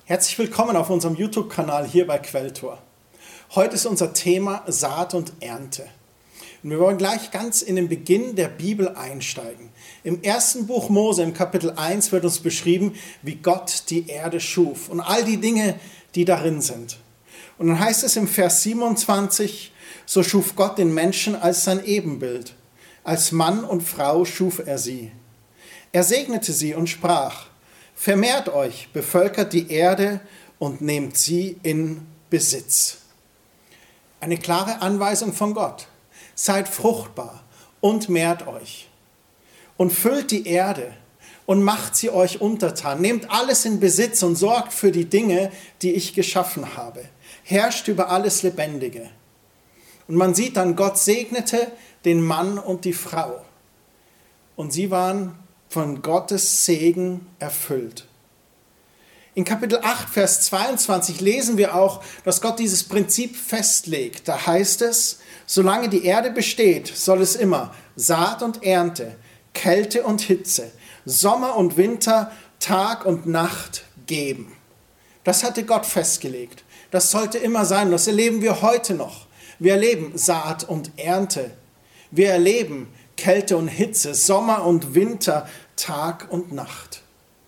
Herzlich willkommen auf unserem YouTube-Kanal hier bei Quelltor. Heute ist unser Thema Saat und Ernte. Und wir wollen gleich ganz in den Beginn der Bibel einsteigen. Im ersten Buch Mose, im Kapitel 1, wird uns beschrieben, wie Gott die Erde schuf und all die Dinge, die darin sind. Und dann heißt es im Vers 27, so schuf Gott den Menschen als sein Ebenbild. Als Mann und Frau schuf er sie. Er segnete sie und sprach: Vermehrt euch, bevölkert die Erde und nehmt sie in Besitz. Eine klare Anweisung von Gott. Seid fruchtbar und mehrt euch. Und füllt die Erde und macht sie euch untertan. Nehmt alles in Besitz und sorgt für die Dinge, die ich geschaffen habe. Herrscht über alles Lebendige. Und man sieht dann, Gott segnete den Mann und die Frau. Und sie waren von Gottes Segen erfüllt. In Kapitel 8, Vers 22 lesen wir auch, dass Gott dieses Prinzip festlegt. Da heißt es: Solange die Erde besteht, soll es immer Saat und Ernte, Kälte und Hitze, Sommer und Winter, Tag und Nacht geben. Das hatte Gott festgelegt. Das sollte immer sein. Das erleben wir heute noch. Wir erleben Saat und Ernte. Wir erleben Kälte und Hitze, Sommer und Winter, Tag und Nacht.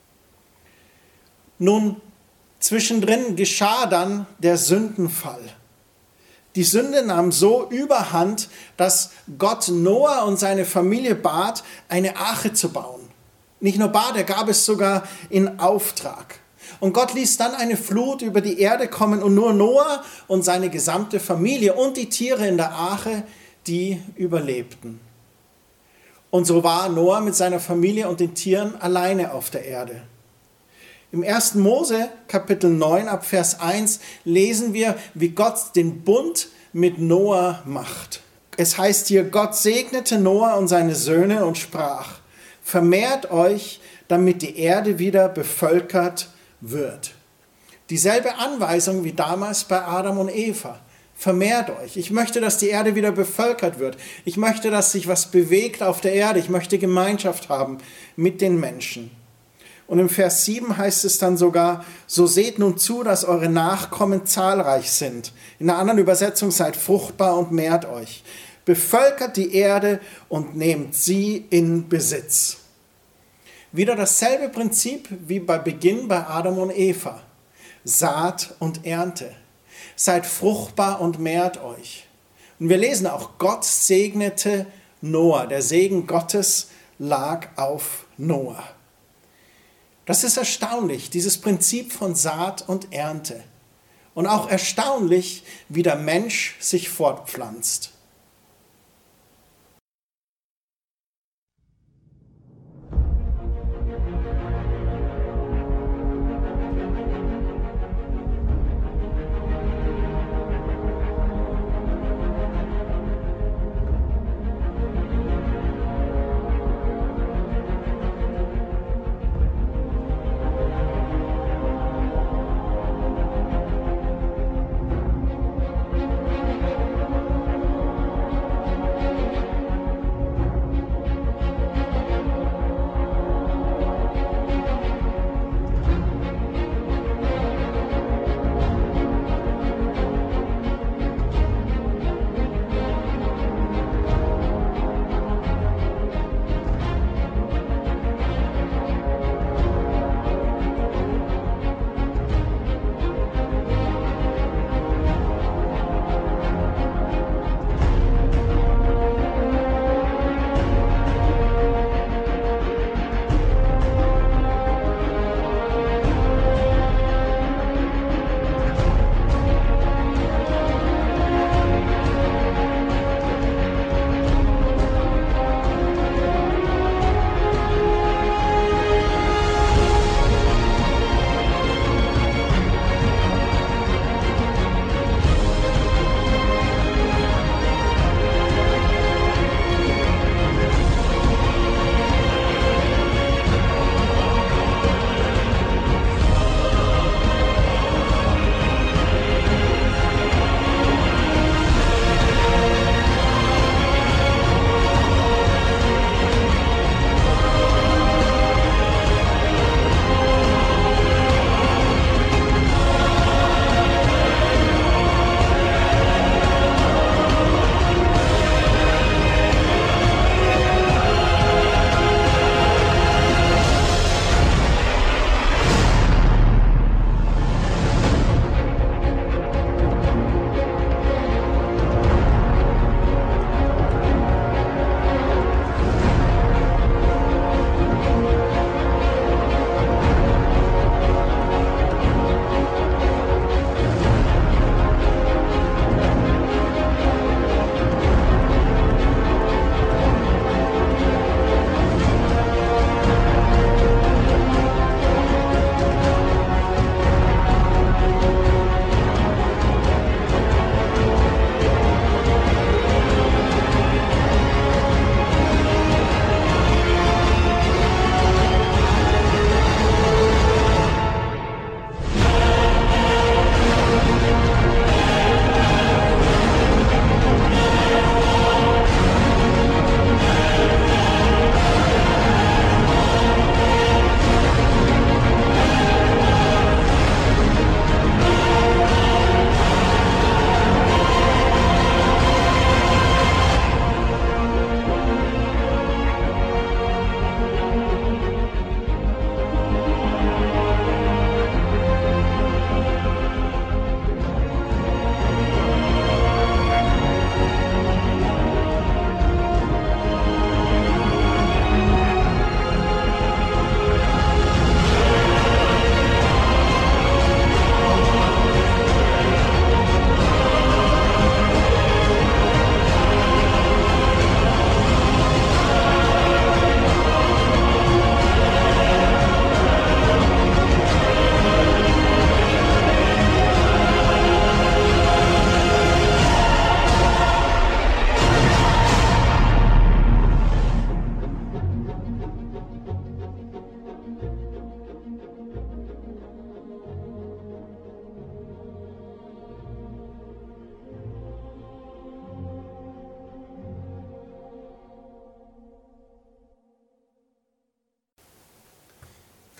Nun, zwischendrin geschah dann der Sündenfall. Die Sünde nahm so überhand, dass Gott Noah und seine Familie bat, eine Arche zu bauen. Nicht nur bat, er gab es sogar in Auftrag. Und Gott ließ dann eine Flut über die Erde kommen und nur Noah und seine gesamte Familie und die Tiere in der Arche, die überlebten. Und so war Noah mit seiner Familie und den Tieren alleine auf der Erde. Im 1. Mose, Kapitel 9, ab Vers 1, lesen wir, wie Gott den Bund mit Noah macht. Es heißt hier, Gott segnete Noah und seine Söhne und sprach: Vermehrt euch, damit die Erde wieder bevölkert wird. Dieselbe Anweisung wie damals bei Adam und Eva. Vermehrt euch. Ich möchte, dass die Erde wieder bevölkert wird. Ich möchte, dass sich was bewegt auf der Erde. Ich möchte Gemeinschaft haben mit den Menschen. Und im Vers 7 heißt es dann sogar: So seht nun zu, dass eure Nachkommen zahlreich sind. In einer anderen Übersetzung: Seid fruchtbar und mehrt euch. Bevölkert die Erde und nehmt sie in Besitz. Wieder dasselbe Prinzip wie bei Beginn bei Adam und Eva. Saat und Ernte. Seid fruchtbar und mehrt euch. Und wir lesen auch, Gott segnete Noah. Der Segen Gottes lag auf Noah. Das ist erstaunlich, dieses Prinzip von Saat und Ernte. Und auch erstaunlich, wie der Mensch sich fortpflanzt.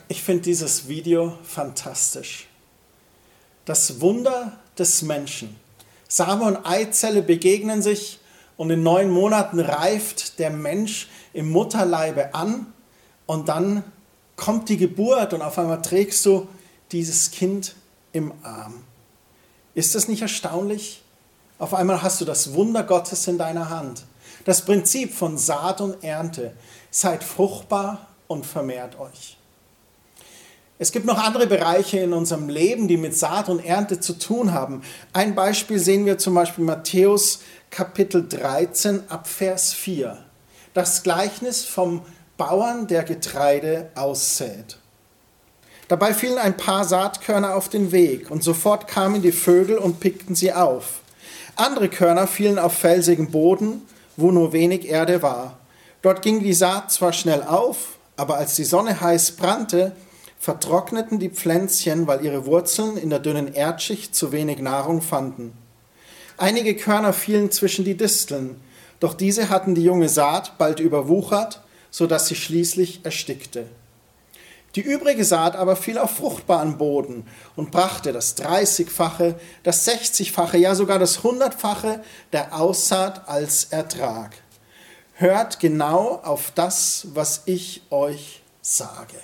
Ich finde dieses Video fantastisch. Das Wunder des Menschen. Same und Eizelle begegnen sich und in 9 Monaten reift der Mensch im Mutterleibe an und dann kommt die Geburt und auf einmal trägst du dieses Kind im Arm. Ist das nicht erstaunlich? Auf einmal hast du das Wunder Gottes in deiner Hand. Das Prinzip von Saat und Ernte. Seid fruchtbar und vermehrt euch. Es gibt noch andere Bereiche in unserem Leben, die mit Saat und Ernte zu tun haben. Ein Beispiel sehen wir zum Beispiel Matthäus Kapitel 13 ab Vers 4. Das Gleichnis vom Bauern, der Getreide aussät. Dabei fielen ein paar Saatkörner auf den Weg und sofort kamen die Vögel und pickten sie auf. Andere Körner fielen auf felsigen Boden, wo nur wenig Erde war. Dort ging die Saat zwar schnell auf, aber als die Sonne heiß brannte, vertrockneten die Pflänzchen, weil ihre Wurzeln in der dünnen Erdschicht zu wenig Nahrung fanden. Einige Körner fielen zwischen die Disteln, doch diese hatten die junge Saat bald überwuchert, sodass sie schließlich erstickte. Die übrige Saat aber fiel auf fruchtbaren Boden und brachte das 30-fache, das 60-fache, ja sogar das 100-fache der Aussaat als Ertrag. Hört genau auf das, was ich euch sage.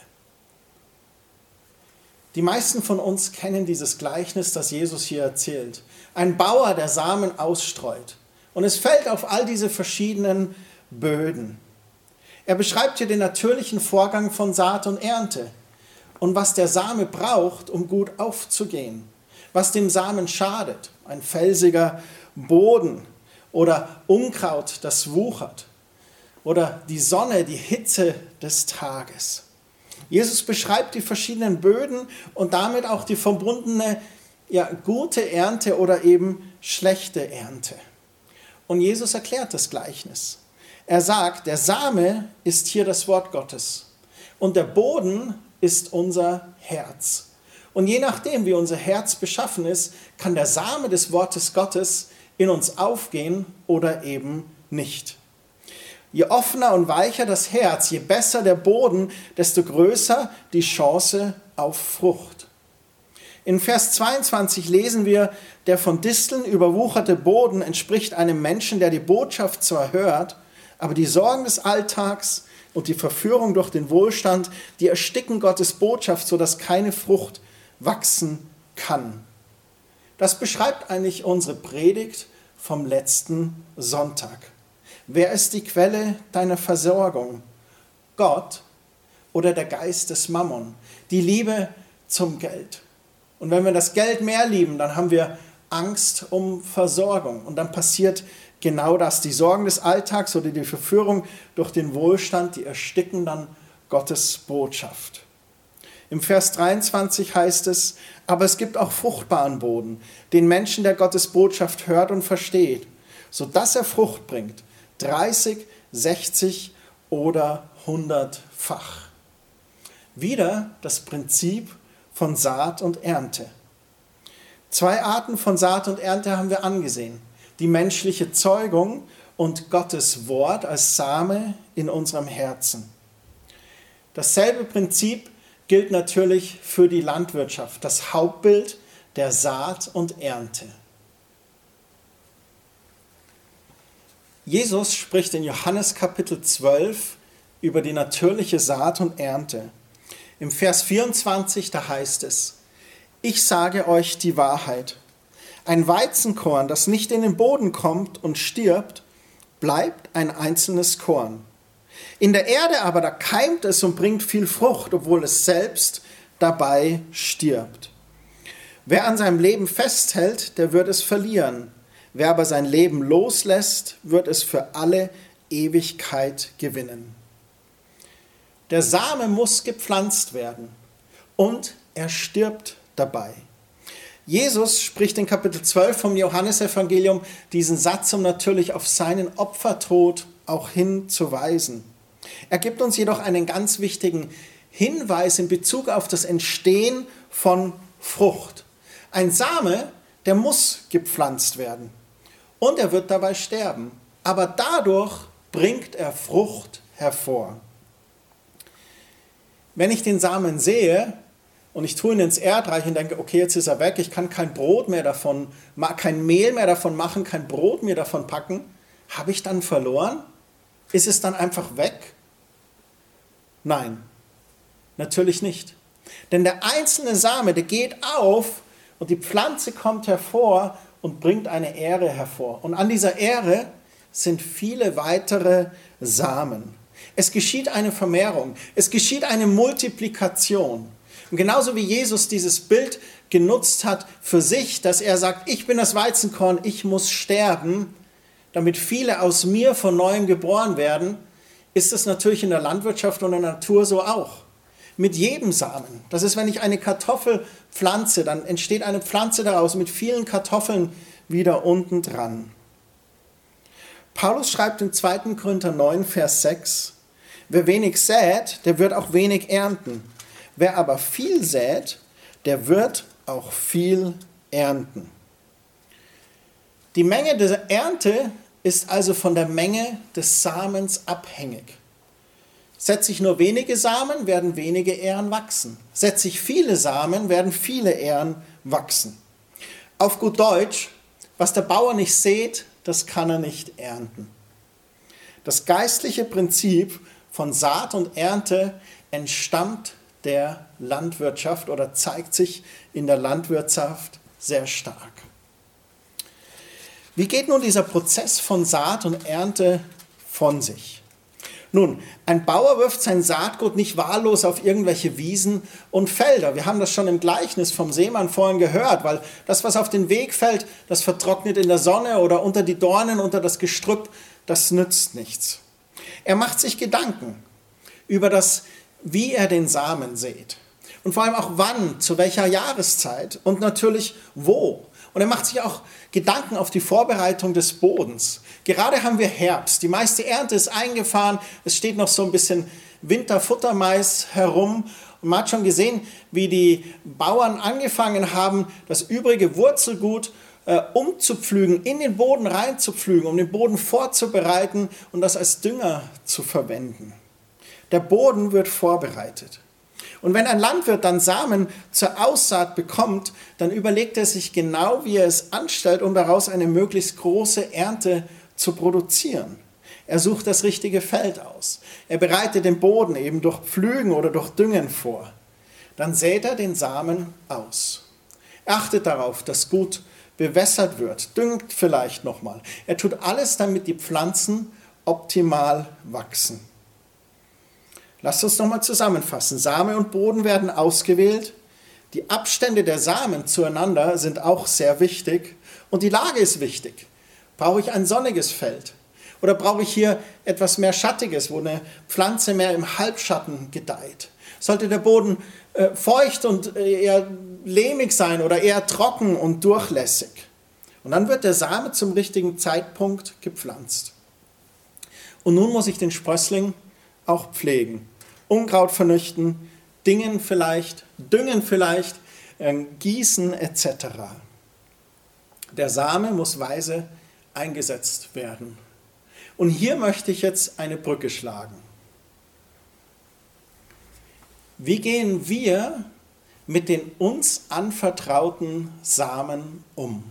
Die meisten von uns kennen dieses Gleichnis, das Jesus hier erzählt. Ein Bauer, der Samen ausstreut. Und es fällt auf all diese verschiedenen Böden. Er beschreibt hier den natürlichen Vorgang von Saat und Ernte und was der Same braucht, um gut aufzugehen. Was dem Samen schadet, ein felsiger Boden oder Unkraut, das wuchert oder die Sonne, die Hitze des Tages. Jesus beschreibt die verschiedenen Böden und damit auch die verbundene gute Ernte oder eben schlechte Ernte. Und Jesus erklärt das Gleichnis. Er sagt, der Same ist hier das Wort Gottes und der Boden ist unser Herz. Und je nachdem, wie unser Herz beschaffen ist, kann der Same des Wortes Gottes in uns aufgehen oder eben nicht. Je offener und weicher das Herz, je besser der Boden, desto größer die Chance auf Frucht. In Vers 22 lesen wir, der von Disteln überwucherte Boden entspricht einem Menschen, der die Botschaft zwar hört, aber die Sorgen des Alltags und die Verführung durch den Wohlstand, die ersticken Gottes Botschaft, sodass keine Frucht wachsen kann. Das beschreibt eigentlich unsere Predigt vom letzten Sonntag. Wer ist die Quelle deiner Versorgung? Gott oder der Geist des Mammon? Die Liebe zum Geld. Und wenn wir das Geld mehr lieben, dann haben wir Angst um Versorgung. Und dann passiert genau das. Die Sorgen des Alltags oder die Verführung durch den Wohlstand, die ersticken dann Gottes Botschaft. Im Vers 23 heißt es, aber es gibt auch fruchtbaren Boden, den Menschen, der Gottes Botschaft hört und versteht, sodass er Frucht bringt. 30, 60 oder 100-fach. Wieder das Prinzip von Saat und Ernte. 2 Arten von Saat und Ernte haben wir angesehen. Die menschliche Zeugung und Gottes Wort als Same in unserem Herzen. Dasselbe Prinzip gilt natürlich für die Landwirtschaft, das Hauptbild der Saat und Ernte. Jesus spricht in Johannes Kapitel 12 über die natürliche Saat und Ernte. Im Vers 24, da heißt es, ich sage euch die Wahrheit. Ein Weizenkorn, das nicht in den Boden kommt und stirbt, bleibt ein einzelnes Korn. In der Erde aber, da keimt es und bringt viel Frucht, obwohl es selbst dabei stirbt. Wer an seinem Leben festhält, der wird es verlieren. Wer aber sein Leben loslässt, wird es für alle Ewigkeit gewinnen. Der Same muss gepflanzt werden und er stirbt dabei. Jesus spricht in Kapitel 12 vom Johannesevangelium diesen Satz, um natürlich auf seinen Opfertod auch hinzuweisen. Er gibt uns jedoch einen ganz wichtigen Hinweis in Bezug auf das Entstehen von Frucht. Ein Same, der muss gepflanzt werden und er wird dabei sterben, aber dadurch bringt er Frucht hervor. wenn ich den Samen sehe und ich tue ihn ins Erdreich und denke, okay, jetzt ist er weg, ich kann kein Brot mehr davon, kein Mehl mehr davon machen, kein Brot mehr davon packen, habe ich dann verloren? Ist es dann einfach weg? Nein, natürlich nicht. Denn der einzelne Same, der geht auf und die Pflanze kommt hervor und bringt eine Ähre hervor. Und an dieser Ähre sind viele weitere Samen. Es geschieht eine Vermehrung, es geschieht eine Multiplikation. Und genauso wie Jesus dieses Bild genutzt hat für sich, dass er sagt, ich bin das Weizenkorn, ich muss sterben, damit viele aus mir von Neuem geboren werden, ist es natürlich in der Landwirtschaft und in der Natur so auch. Mit jedem Samen. Das ist, wenn ich eine Kartoffel pflanze, dann entsteht eine Pflanze daraus mit vielen Kartoffeln wieder unten dran. Paulus schreibt in 2. Korinther 9, Vers 6, wer wenig sät, der wird auch wenig ernten. Wer aber viel sät, der wird auch viel ernten. Die Menge der Ernte ist also von der Menge des Samens abhängig. Setze ich nur wenige Samen, werden wenige Ähren wachsen. Setze ich viele Samen, werden viele Ähren wachsen. Auf gut Deutsch, was der Bauer nicht sät, das kann er nicht ernten. Das geistliche Prinzip von Saat und Ernte entstammt der Landwirtschaft oder zeigt sich in der Landwirtschaft sehr stark. Wie geht nun dieser Prozess von Saat und Ernte von sich? Nun, ein Bauer wirft sein Saatgut nicht wahllos auf irgendwelche Wiesen und Felder. Wir haben das schon im Gleichnis vom Seemann vorhin gehört, weil das, was auf den Weg fällt, das vertrocknet in der Sonne oder unter die Dornen, unter das Gestrüpp, das nützt nichts. Er macht sich Gedanken über das, wie er den Samen sät. Und vor allem auch wann, zu welcher Jahreszeit und natürlich wo. Und er macht sich auch Gedanken auf die Vorbereitung des Bodens. Gerade haben wir Herbst, die meiste Ernte ist eingefahren, es steht noch so ein bisschen Winterfuttermais herum. Und man hat schon gesehen, wie die Bauern angefangen haben, das übrige Wurzelgut umzupflügen, in den Boden reinzupflügen, um den Boden vorzubereiten und das als Dünger zu verwenden. Der Boden wird vorbereitet. Und wenn ein Landwirt dann Samen zur Aussaat bekommt, dann überlegt er sich genau, wie er es anstellt, um daraus eine möglichst große Ernte zu produzieren. Er sucht das richtige Feld aus. Er bereitet den Boden eben durch Pflügen oder durch Düngen vor. Dann sät er den Samen aus. Er achtet darauf, dass gut bewässert wird, düngt vielleicht nochmal. Er tut alles, damit die Pflanzen optimal wachsen. Lasst uns nochmal zusammenfassen. Same und Boden werden ausgewählt. Die Abstände der Samen zueinander sind auch sehr wichtig. Und die Lage ist wichtig. Brauche ich ein sonniges Feld? Oder brauche ich hier etwas mehr Schattiges, wo eine Pflanze mehr im Halbschatten gedeiht? Sollte der Boden feucht und eher lehmig sein oder eher trocken und durchlässig? Und dann wird der Same zum richtigen Zeitpunkt gepflanzt. Und nun muss ich den Sprössling auch pflegen. Unkraut vernichten, düngen vielleicht, gießen etc. Der Same muss weise eingesetzt werden. Und hier möchte ich jetzt eine Brücke schlagen. Wie gehen wir mit den uns anvertrauten Samen um?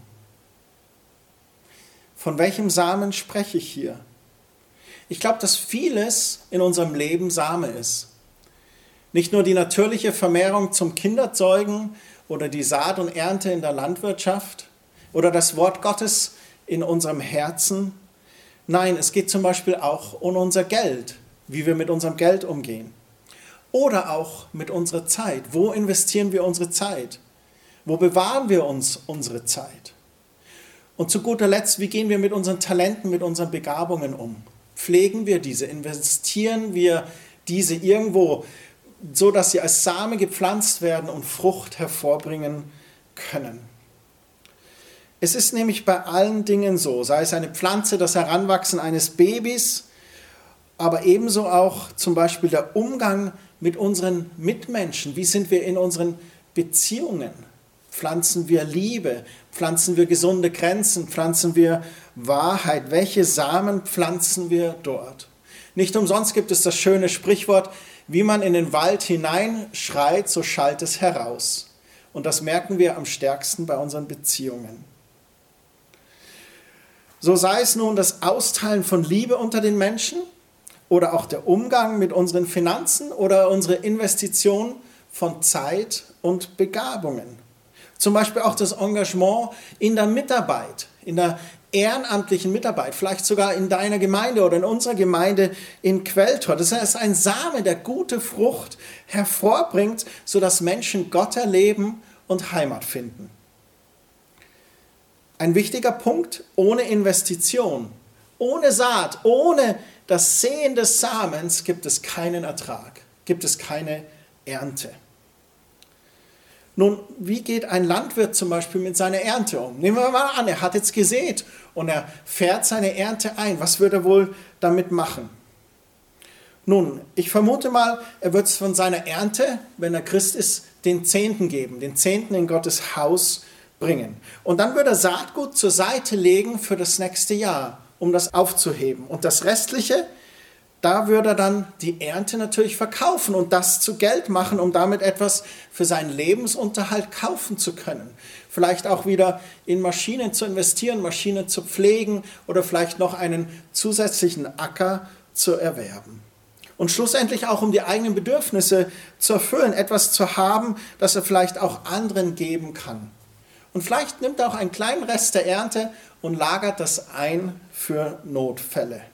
Von welchem Samen spreche ich hier? Ich glaube, dass vieles in unserem Leben Same ist. Nicht nur die natürliche Vermehrung zum Kinderzeugen oder die Saat und Ernte in der Landwirtschaft oder das Wort Gottes in unserem Herzen. Nein, es geht zum Beispiel auch um unser Geld, wie wir mit unserem Geld umgehen. Oder auch mit unserer Zeit. Wo investieren wir unsere Zeit? Wo bewahren wir uns unsere Zeit? Und zu guter Letzt, wie gehen wir mit unseren Talenten, mit unseren Begabungen um? Pflegen wir diese? Investieren wir diese irgendwo, so dass sie als Same gepflanzt werden und Frucht hervorbringen können? Es ist nämlich bei allen Dingen so, sei es eine Pflanze, das Heranwachsen eines Babys, aber ebenso auch zum Beispiel der Umgang mit unseren Mitmenschen. Wie sind wir in unseren Beziehungen? Pflanzen wir Liebe? Pflanzen wir gesunde Grenzen? Pflanzen wir Wahrheit? Welche Samen pflanzen wir dort? Nicht umsonst gibt es das schöne Sprichwort, Wie man in den Wald hineinschreit, so schallt es heraus. Und das merken wir am stärksten bei unseren Beziehungen. So sei es nun das Austeilen von Liebe unter den Menschen oder auch der Umgang mit unseren Finanzen oder unsere Investition von Zeit und Begabungen. Zum Beispiel auch das Engagement in der Mitarbeit, in der ehrenamtlichen Mitarbeit, vielleicht sogar in deiner Gemeinde oder in unserer Gemeinde in Quelltor. Das ist ein Same, der gute Frucht hervorbringt, sodass Menschen Gott erleben und Heimat finden. Ein wichtiger Punkt: ohne Investition, ohne Saat, ohne das Säen des Samens gibt es keinen Ertrag, gibt es keine Ernte. Nun, wie geht ein Landwirt zum Beispiel mit seiner Ernte um? Nehmen wir mal an, er hat jetzt gesät und er fährt seine Ernte ein. Was wird er wohl damit machen? Nun, ich vermute mal, er wird es von seiner Ernte, wenn er Christ ist, den Zehnten geben, den Zehnten in Gottes Haus bringen. Und dann wird er Saatgut zur Seite legen für das nächste Jahr, um das aufzuheben. Und das Restliche, da würde er dann die Ernte natürlich verkaufen und das zu Geld machen, um damit etwas für seinen Lebensunterhalt kaufen zu können. Vielleicht auch wieder in Maschinen zu investieren, Maschinen zu pflegen oder vielleicht noch einen zusätzlichen Acker zu erwerben. Und schlussendlich auch, um die eigenen Bedürfnisse zu erfüllen, etwas zu haben, das er vielleicht auch anderen geben kann. Und vielleicht nimmt er auch einen kleinen Rest der Ernte und lagert das ein für Notfälle.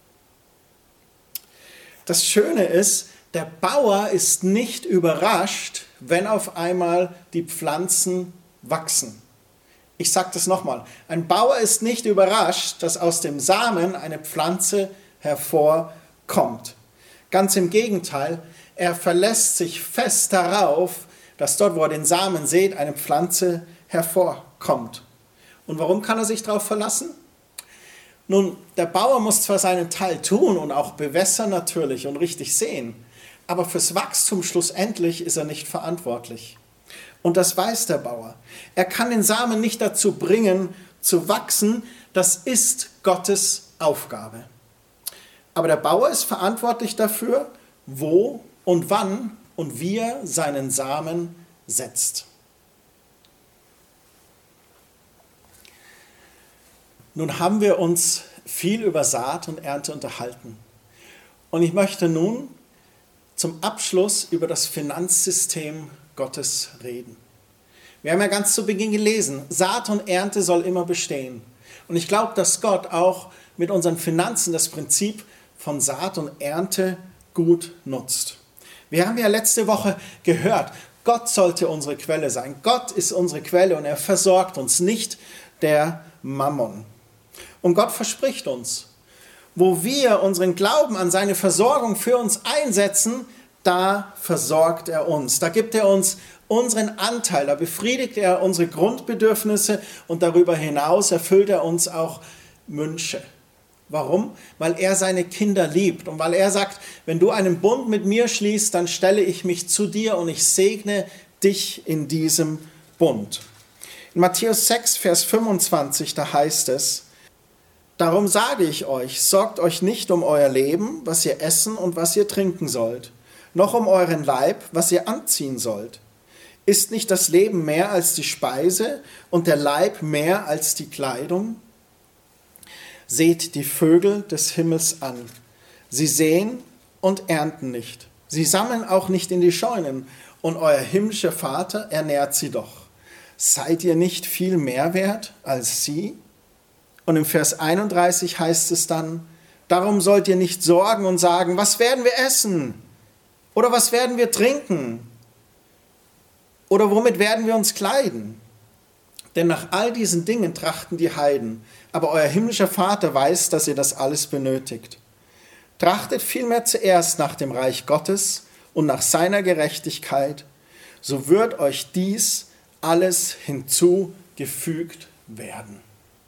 Das Schöne ist, der Bauer ist nicht überrascht, wenn auf einmal die Pflanzen wachsen. Ich sage das nochmal. Ein Bauer ist nicht überrascht, dass aus dem Samen eine Pflanze hervorkommt. Ganz im Gegenteil, er verlässt sich fest darauf, dass dort, wo er den Samen sät, eine Pflanze hervorkommt. Und warum kann er sich darauf verlassen? Nun, der Bauer muss zwar seinen Teil tun und auch bewässern natürlich und richtig säen, aber fürs Wachstum schlussendlich ist er nicht verantwortlich. Und das weiß der Bauer. Er kann den Samen nicht dazu bringen, zu wachsen. Das ist Gottes Aufgabe. Aber der Bauer ist verantwortlich dafür, wo und wann und wie er seinen Samen setzt. Nun haben wir uns viel über Saat und Ernte unterhalten. Und ich möchte nun zum Abschluss über das Finanzsystem Gottes reden. Wir haben ja ganz zu Beginn gelesen, Saat und Ernte soll immer bestehen. Und ich glaube, dass Gott auch mit unseren Finanzen das Prinzip von Saat und Ernte gut nutzt. Wir haben ja letzte Woche gehört, Gott sollte unsere Quelle sein. Gott ist unsere Quelle und er versorgt uns, nicht der Mammon. Und Gott verspricht uns, wo wir unseren Glauben an seine Versorgung für uns einsetzen, da versorgt er uns. Da gibt er uns unseren Anteil, da befriedigt er unsere Grundbedürfnisse und darüber hinaus erfüllt er uns auch Wünsche. Warum? Weil er seine Kinder liebt und weil er sagt, wenn du einen Bund mit mir schließt, dann stelle ich mich zu dir und ich segne dich in diesem Bund. In Matthäus 6, Vers 25, da heißt es, darum sage ich euch, sorgt euch nicht um euer Leben, was ihr essen und was ihr trinken sollt, noch um euren Leib, was ihr anziehen sollt. Ist nicht das Leben mehr als die Speise und der Leib mehr als die Kleidung? Seht die Vögel des Himmels an. Sie säen und ernten nicht. Sie sammeln auch nicht in die Scheunen, und euer himmlischer Vater ernährt sie doch. Seid ihr nicht viel mehr wert als sie? Und im Vers 31 heißt es dann, darum sollt ihr nicht sorgen und sagen, was werden wir essen? Oder was werden wir trinken? Oder womit werden wir uns kleiden? Denn nach all diesen Dingen trachten die Heiden, aber euer himmlischer Vater weiß, dass ihr das alles benötigt. Trachtet vielmehr zuerst nach dem Reich Gottes und nach seiner Gerechtigkeit, so wird euch dies alles hinzugefügt werden.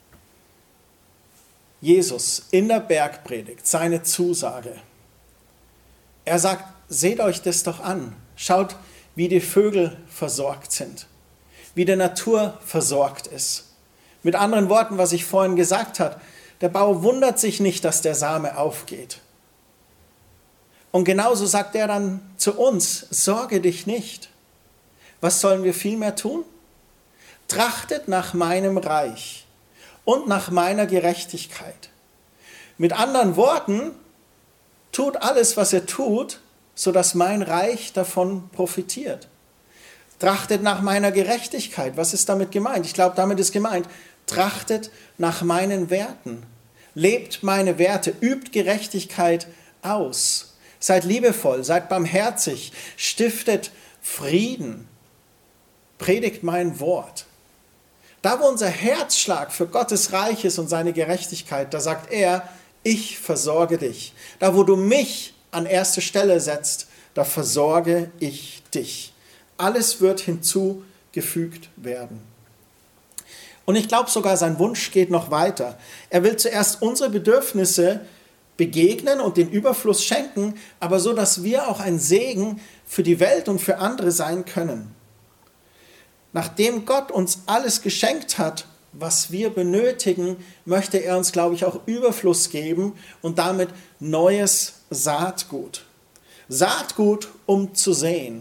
Jesus in der Bergpredigt, seine Zusage. Er sagt, seht euch das doch an. Schaut, wie die Vögel versorgt sind, wie die Natur versorgt ist. Mit anderen Worten, was ich vorhin gesagt habe, der Bauer wundert sich nicht, dass der Same aufgeht. Und genauso sagt er dann zu uns, sorge dich nicht. Was sollen wir vielmehr tun? Trachtet nach meinem Reich und nach meiner Gerechtigkeit. Mit anderen Worten, tut alles, was ihr tut, sodass mein Reich davon profitiert. Trachtet nach meiner Gerechtigkeit. Was ist damit gemeint? Ich glaube, damit ist gemeint, trachtet nach meinen Werten. Lebt meine Werte, übt Gerechtigkeit aus. Seid liebevoll, seid barmherzig, stiftet Frieden, predigt mein Wort. Da, wo unser Herzschlag für Gottes Reich ist und seine Gerechtigkeit, da sagt er, ich versorge dich. Da, wo du mich an erste Stelle setzt, da versorge ich dich. Alles wird hinzugefügt werden. Und ich glaube sogar, sein Wunsch geht noch weiter. Er will zuerst unsere Bedürfnisse begegnen und den Überfluss schenken, aber so, dass wir auch ein Segen für die Welt und für andere sein können. Nachdem Gott uns alles geschenkt hat, was wir benötigen, möchte er uns, glaube ich, auch Überfluss geben und damit neues Saatgut. Saatgut, um zu säen.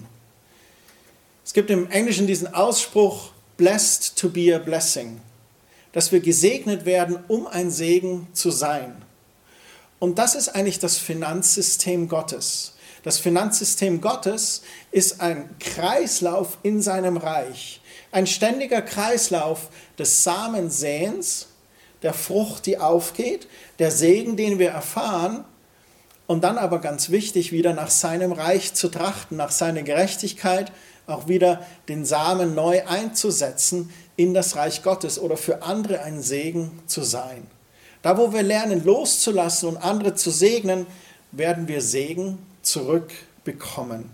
Es gibt im Englischen diesen Ausspruch, blessed to be a blessing, dass wir gesegnet werden, um ein Segen zu sein. Und das ist eigentlich das Finanzsystem Gottes. Das Finanzsystem Gottes ist ein Kreislauf in seinem Reich. Ein ständiger Kreislauf des Samensäens, der Frucht, die aufgeht, der Segen, den wir erfahren, und dann aber ganz wichtig, wieder nach seinem Reich zu trachten, nach seiner Gerechtigkeit, auch wieder den Samen neu einzusetzen in das Reich Gottes oder für andere ein Segen zu sein. Da, wo wir lernen, loszulassen und andere zu segnen, werden wir Segen zurückbekommen.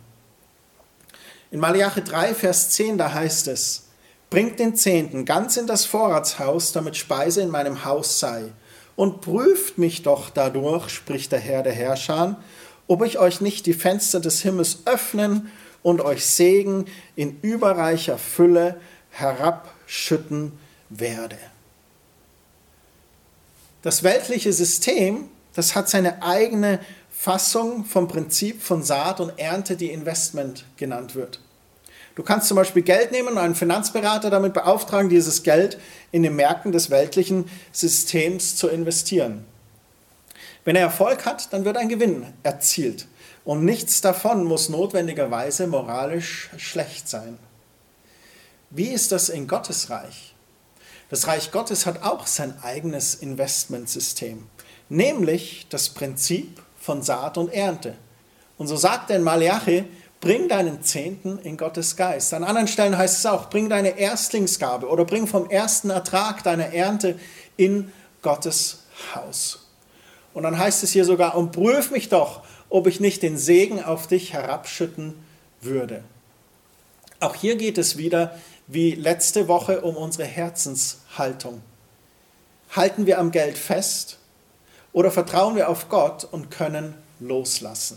In Malachi 3, Vers 10, da heißt es, bringt den Zehnten ganz in das Vorratshaus, damit Speise in meinem Haus sei. Und prüft mich doch dadurch, spricht der Herr der Herrscher, ob ich euch nicht die Fenster des Himmels öffnen und euch Segen in überreicher Fülle herabschütten werde. Das weltliche System, das hat seine eigene Fassung vom Prinzip von Saat und Ernte, die Investment genannt wird. Du kannst zum Beispiel Geld nehmen und einen Finanzberater damit beauftragen, dieses Geld in den Märkten des weltlichen Systems zu investieren. Wenn er Erfolg hat, dann wird ein Gewinn erzielt. Und nichts davon muss notwendigerweise moralisch schlecht sein. Wie ist das in Gottes Reich? Das Reich Gottes hat auch sein eigenes Investmentsystem, nämlich das Prinzip von Saat und Ernte. Und so sagt er in Malachi, bring deinen Zehnten in Gottes Geist. An anderen Stellen heißt es auch, bring deine Erstlingsgabe oder bring vom ersten Ertrag deiner Ernte in Gottes Haus. Und dann heißt es hier sogar, und prüf mich doch, ob ich nicht den Segen auf dich herabschütten würde. Auch hier geht es wieder, wie letzte Woche, um unsere Herzenshaltung. Halten wir am Geld fest oder vertrauen wir auf Gott und können loslassen?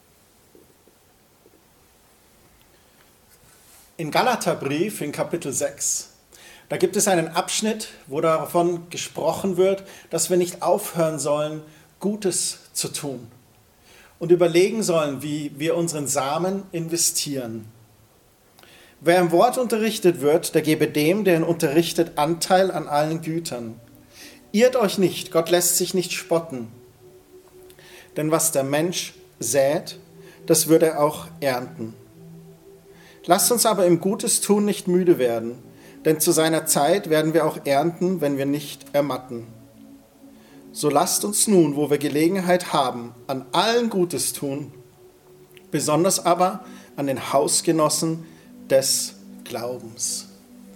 Im Galaterbrief in Kapitel 6, da gibt es einen Abschnitt, wo davon gesprochen wird, dass wir nicht aufhören sollen, Gutes zu tun und überlegen sollen, wie wir unseren Samen investieren. Wer im Wort unterrichtet wird, der gebe dem, der ihn unterrichtet, Anteil an allen Gütern. Irrt euch nicht, Gott lässt sich nicht spotten. Denn was der Mensch sät, das wird er auch ernten. Lasst uns aber im Gutes tun nicht müde werden, denn zu seiner Zeit werden wir auch ernten, wenn wir nicht ermatten. So lasst uns nun, wo wir Gelegenheit haben, an allen Gutes tun, besonders aber an den Hausgenossen des Glaubens.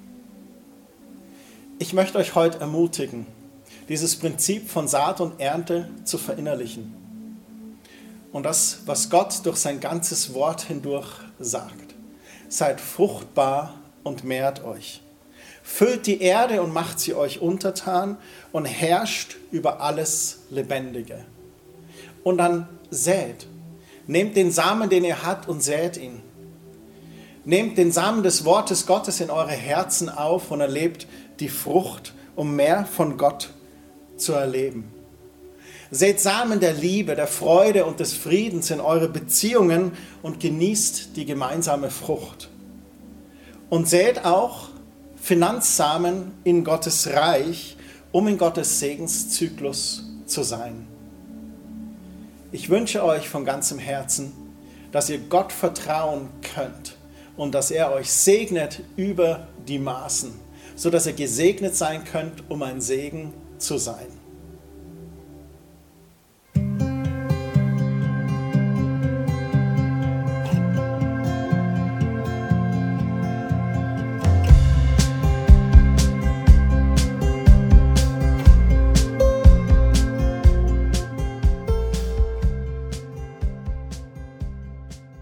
Ich möchte euch heute ermutigen, dieses Prinzip von Saat und Ernte zu verinnerlichen. Und das, was Gott durch sein ganzes Wort hindurch sagt. Seid fruchtbar und mehrt euch. Füllt die Erde und macht sie euch untertan und herrscht über alles Lebendige. Und dann sät. Nehmt den Samen, den ihr habt, und sät ihn. Nehmt den Samen des Wortes Gottes in eure Herzen auf und erlebt die Frucht, um mehr von Gott zu erleben. Sät Samen der Liebe, der Freude und des Friedens in eure Beziehungen und genießt die gemeinsame Frucht. Und sät auch Finanzsamen in Gottes Reich, um in Gottes Segenszyklus zu sein. Ich wünsche euch von ganzem Herzen, dass ihr Gott vertrauen könnt und dass er euch segnet über die Maßen, sodass ihr gesegnet sein könnt, um ein Segen zu sein.